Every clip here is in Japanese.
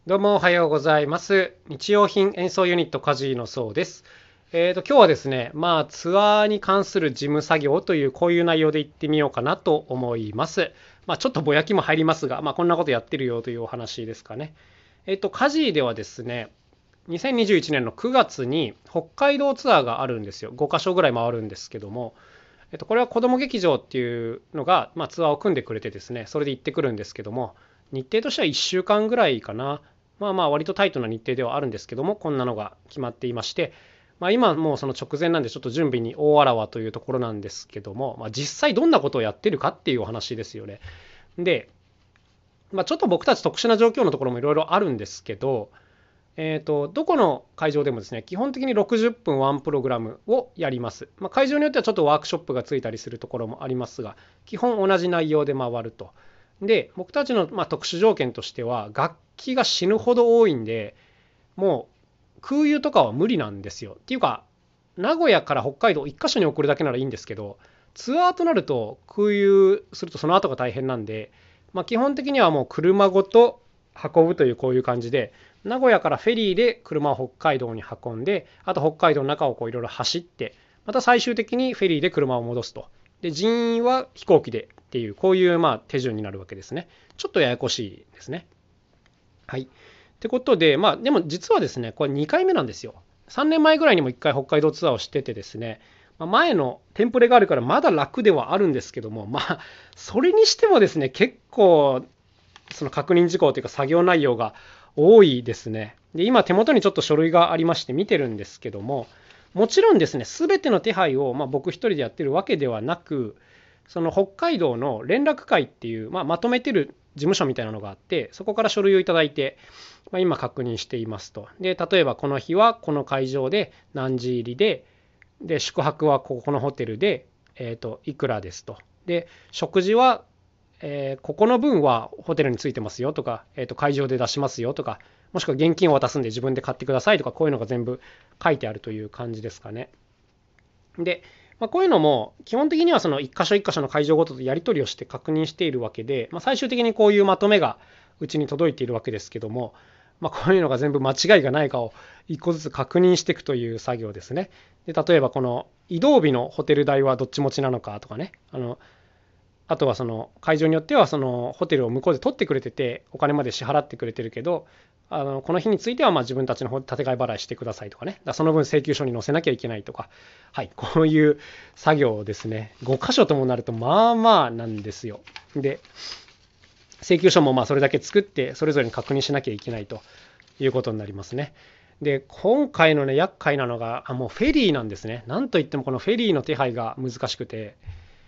どうもおはようございます。日用品演奏ユニットカジのそうです。今日はですね、ツアーに関する事務作業というこういう内容で言ってみようかなと思います。ちょっとぼやきも入りますが、こんなことやってるよというお話ですかね。カジではですね、2021年の9月に北海道ツアーがあるんですよ。5カ所ぐらい回るんですけども、これは子ども劇場っていうのが、ツアーを組んでくれてですね、それで行ってくるんですけども、日程としては1週間ぐらいかな。割とタイトな日程ではあるんですけども、こんなのが決まっていまして、今もうその直前なんでちょっと準備に大あらわというところなんですけども、実際どんなことをやってるかっていうお話ですよね。で、ちょっと僕たち特殊な状況のところもいろいろあるんですけど、どこの会場でもですね、基本的に60分ワンプログラムをやります。会場によってはちょっとワークショップがついたりするところもありますが、基本同じ内容で回ると。で、僕たちの特殊条件としては、楽器が死ぬほど多いんで、もう空輸とかは無理なんですよ。っていうか、名古屋から北海道1箇所に送るだけならいいんですけど、ツアーとなると空輸するとその後が大変なんで、基本的にはもう車ごと運ぶというこういう感じで、名古屋からフェリーで車を北海道に運んで、あと北海道の中をこういろいろ走って、また最終的にフェリーで車を戻すと。で、人員は飛行機でっていう、こういう手順になるわけですね。ちょっとややこしいですね。はい。ってことで、でも実はですね、これ2回目なんですよ。3年前ぐらいにも1回北海道ツアーをしててですね、前のテンプレがあるからまだ楽ではあるんですけども、それにしてもですね、結構、その確認事項というか作業内容が多いですね。で、今手元にちょっと書類がありまして見てるんですけども、もちろんですね、すべての手配を僕一人でやってるわけではなく、その北海道の連絡会っていう、まとめてる事務所みたいなのがあって、そこから書類をいただいて、今確認していますと。で、例えばこの日はこの会場で何時入りで、宿泊はここのホテルで、いくらですと。で、食事はここの分はホテルについてますよとか、会場で出しますよとか、もしくは現金を渡すんで自分で買ってくださいとか、こういうのが全部書いてあるという感じですかね。で、こういうのも基本的にはその一箇所一箇所の会場ごととやり取りをして確認しているわけで、最終的にこういうまとめがうちに届いているわけですけども、こういうのが全部間違いがないかを一個ずつ確認していくという作業ですね。で、例えばこの移動日のホテル代はどっち持ちなのかとかね、あとはその会場によってはそのホテルを向こうで取ってくれててお金まで支払ってくれてるけど、この日については自分たちの方で建て替え払いしてくださいとかね、その分請求書に載せなきゃいけないとか、はい、こういう作業ですね。5箇所ともなるとまあまあなんですよ。で、請求書もそれだけ作ってそれぞれに確認しなきゃいけないということになりますね。で、今回のね、厄介なのが、もうフェリーなんですね。なんといってもこのフェリーの手配が難しくて、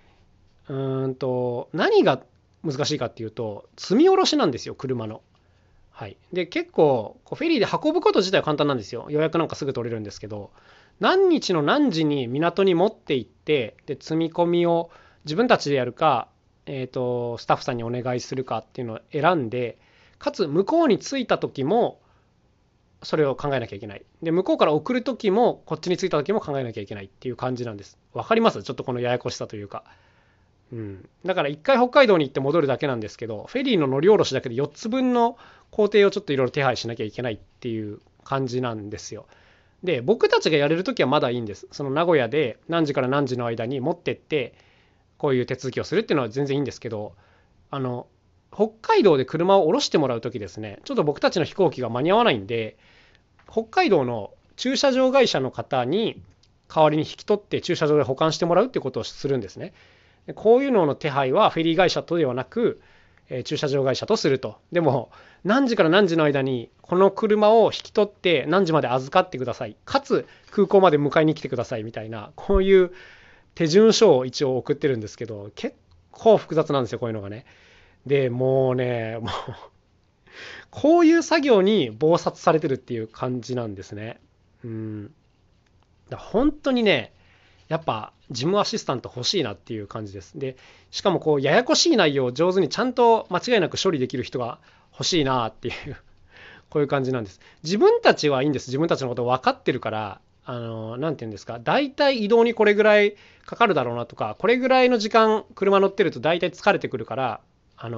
何が難しいかっていうと、積み下ろしなんですよ、車の。はい。で、結構、フェリーで運ぶこと自体は簡単なんですよ。予約なんかすぐ取れるんですけど、何日の何時に港に持って行って、で、積み込みを自分たちでやるか、スタッフさんにお願いするかっていうのを選んで、かつ向こうに着いた時も、それを考えなきゃいけない。で、向こうから送る時も、こっちに着いた時も考えなきゃいけないっていう感じなんです。わかります？ちょっとこのややこしさというか。うん、だから一回北海道に行って戻るだけなんですけど、フェリーの乗り降ろしだけで4つ分の工程をちょっといろいろ手配しなきゃいけないっていう感じなんですよ。で、僕たちがやれるときはまだいいんです。その名古屋で何時から何時の間に持ってって、こういう手続きをするっていうのは全然いいんですけど、あの、北海道で車を降ろしてもらうときですね、ちょっと僕たちの飛行機が間に合わないんで、北海道の駐車場会社の方に代わりに引き取って駐車場で保管してもらうっていうことをするんですね。こういうのの手配はフェリー会社とではなく、駐車場会社とすると。でも、何時から何時の間にこの車を引き取って何時まで預かってください。かつ空港まで迎えに来てくださいみたいな、こういう手順書を一応送ってるんですけど、結構複雑なんですよ、こういうのがね。で、もうね、もうこういう作業に忙殺されてるっていう感じなんですね。うん。本当にね、やっぱ事務アシスタント欲しいなっていう感じです。で、しかもこうややこしい内容を上手にちゃんと間違いなく処理できる人が欲しいなっていうこういう感じなんです。自分たちはいいんです。自分たちのこと分かってるから、なんて言うんですか、大体移動にこれぐらいかかるだろうなとか、これぐらいの時間車乗ってると大体疲れてくるから、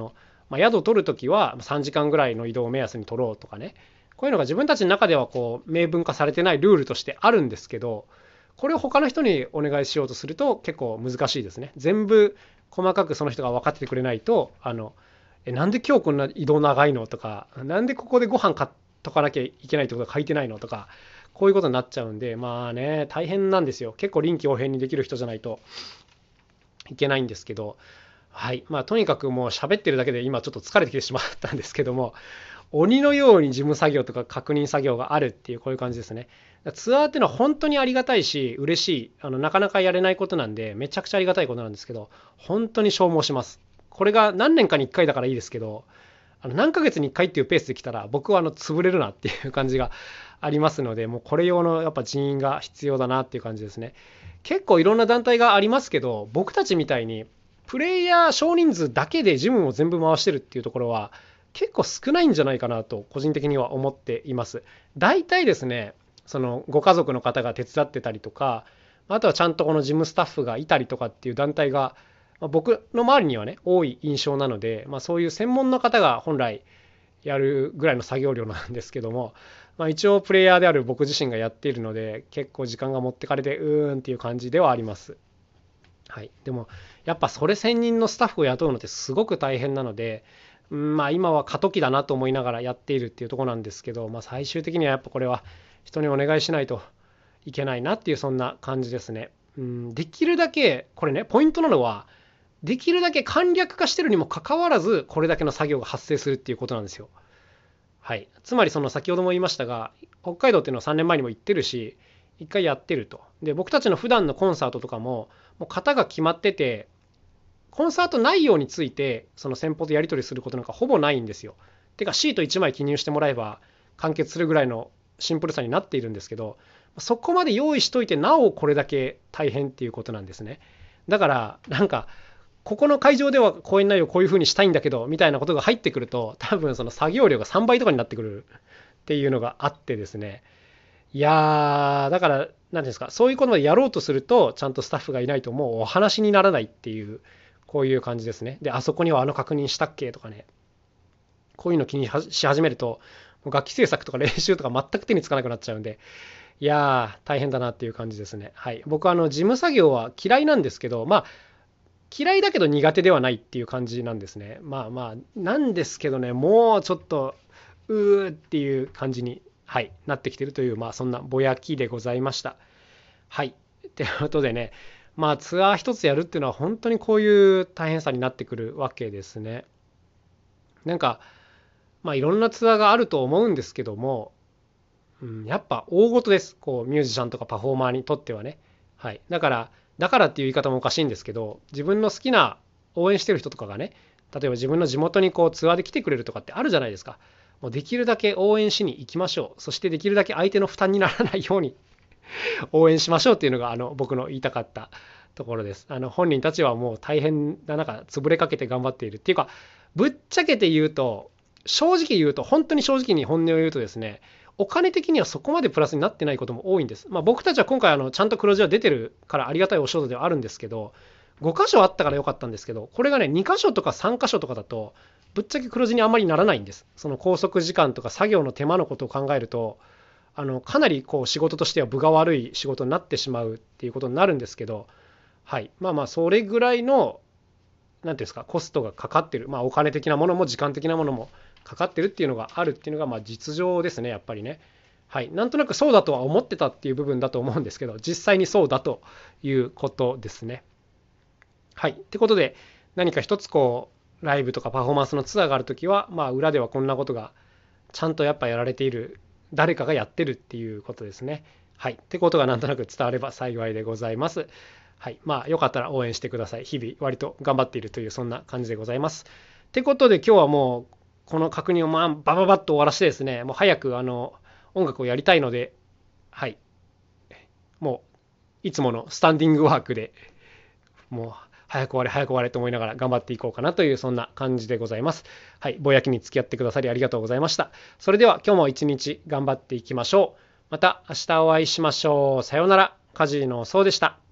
宿を取るときは3時間ぐらいの移動を目安に取ろうとかね、こういうのが自分たちの中ではこう明文化されてないルールとしてあるんですけど、これを他の人にお願いしようとすると結構難しいですね。全部細かくその人が分かっててくれないと、なんで今日こんな移動長いのとか、なんでここでご飯買っとかなきゃいけないってことが書いてないのとか、こういうことになっちゃうんで、まあね、大変なんですよ。結構臨機応変にできる人じゃないといけないんですけど、はい。まあとにかくもう喋ってるだけで今ちょっと疲れてきてしまったんですけども、鬼のように事務作業とか確認作業があるっていうこういう感じですね。ツアーっていうのは本当にありがたいし嬉しい、なかなかやれないことなんでめちゃくちゃありがたいことなんですけど、本当に消耗します。これが何年かに1回だからいいですけど、何ヶ月に1回っていうペースで来たら僕は潰れるなっていう感じがありますので、もうこれ用のやっぱ人員が必要だなっていう感じですね。結構いろんな団体がありますけど、僕たちみたいにプレイヤー少人数だけでジムを全部回してるっていうところは結構少ないんじゃないかなと個人的には思っています。大体ですね、そのご家族の方が手伝ってたりとか、あとはちゃんとこの事務スタッフがいたりとかっていう団体が僕の周りにはね多い印象なので、そういう専門の方が本来やるぐらいの作業量なんですけども、一応プレイヤーである僕自身がやっているので結構時間が持ってかれてっていう感じではあります。はい、でもやっぱそれ専任のスタッフを雇うのってすごく大変なので、今は過渡期だなと思いながらやっているっていうところなんですけど、最終的にはやっぱこれは人にお願いしないといけないなっていうそんな感じですね。できるだけこれねポイントなのは、できるだけ簡略化してるにもかかわらずこれだけの作業が発生するっていうことなんですよ。はい、つまりその先ほども言いましたが、北海道っていうのは3年前にも行ってるし1回やってると。で僕たちの普段のコンサートとかももう型が決まってて、コンサート内容についてその先方とやり取りすることなんかほぼないんですよ。てかシート1枚記入してもらえば完結するぐらいのシンプルさになっているんですけど、そこまで用意しといてなおこれだけ大変っていうことなんですね。だからなんかここの会場では公演内容こういう風にしたいんだけどみたいなことが入ってくると、多分その作業量が3倍とかになってくるっていうのがあってですね。いやー、だから何ていうんですか、そういうことまでやろうとするとちゃんとスタッフがいないともうお話にならないっていう、こういう感じですね。であそこには確認したっけとかね、こういうの気にし始めるともう楽器制作とか練習とか全く手につかなくなっちゃうんで、いやー大変だなっていう感じですね。はい、僕は事務作業は嫌いなんですけど、嫌いだけど苦手ではないっていう感じなんですね。なんですけどね、もうちょっとっていう感じに、はい、なってきてるという、そんなぼやきでございました。はい。ということでね、ツアー一つやるっていうのは本当にこういう大変さになってくるわけですね。なんか、いろんなツアーがあると思うんですけども、やっぱ大事です。こうミュージシャンとかパフォーマーにとってはね。はい。だからっていう言い方もおかしいんですけど、自分の好きな応援してる人とかがね、例えば自分の地元にこうツアーで来てくれるとかってあるじゃないですか。もうできるだけ応援しに行きましょう。そしてできるだけ相手の負担にならないように応援しましょうっていうのが僕の言いたかったところです。本人たちはもう大変な中潰れかけて頑張っているっていうか、ぶっちゃけて言うと、正直言うと、本当に正直に本音を言うとですね、お金的にはそこまでプラスになってないことも多いんです。僕たちは今回ちゃんと黒字は出てるからありがたいお仕事ではあるんですけど、5箇所あったから良かったんですけど、これがね2箇所とか3箇所とかだとぶっちゃけ黒字にあんまりならないんです。その拘束時間とか作業の手間のことを考えると、かなりこう仕事としては分が悪い仕事になってしまうっていうことになるんですけど、はい、それぐらいの何ていうんですか、コストがかかってる、お金的なものも時間的なものもかかってるっていうのがあるっていうのが実情ですね、やっぱりね。はい、なんとなくそうだとは思ってたっていう部分だと思うんですけど、実際にそうだということですね。はい、ってことで何か一つこうライブとかパフォーマンスのツアーがあるときは、裏ではこんなことがちゃんとやっぱやられている、誰かがやってるっていうことですね。はい、ってことがなんとなく伝われば幸いでございます。はい、よかったら応援してください。日々割と頑張っているというそんな感じでございます。ってことで今日はもうこの確認をバババッと終わらせてですね、もう早く音楽をやりたいので、はい、もういつものスタンディングワークでもう早く終われ早く終われと思いながら頑張っていこうかなというそんな感じでございます。はい、ぼやきに付き合ってくださりありがとうございました。それでは今日も一日頑張っていきましょう。また明日お会いしましょう。さようなら。カジノそうでした。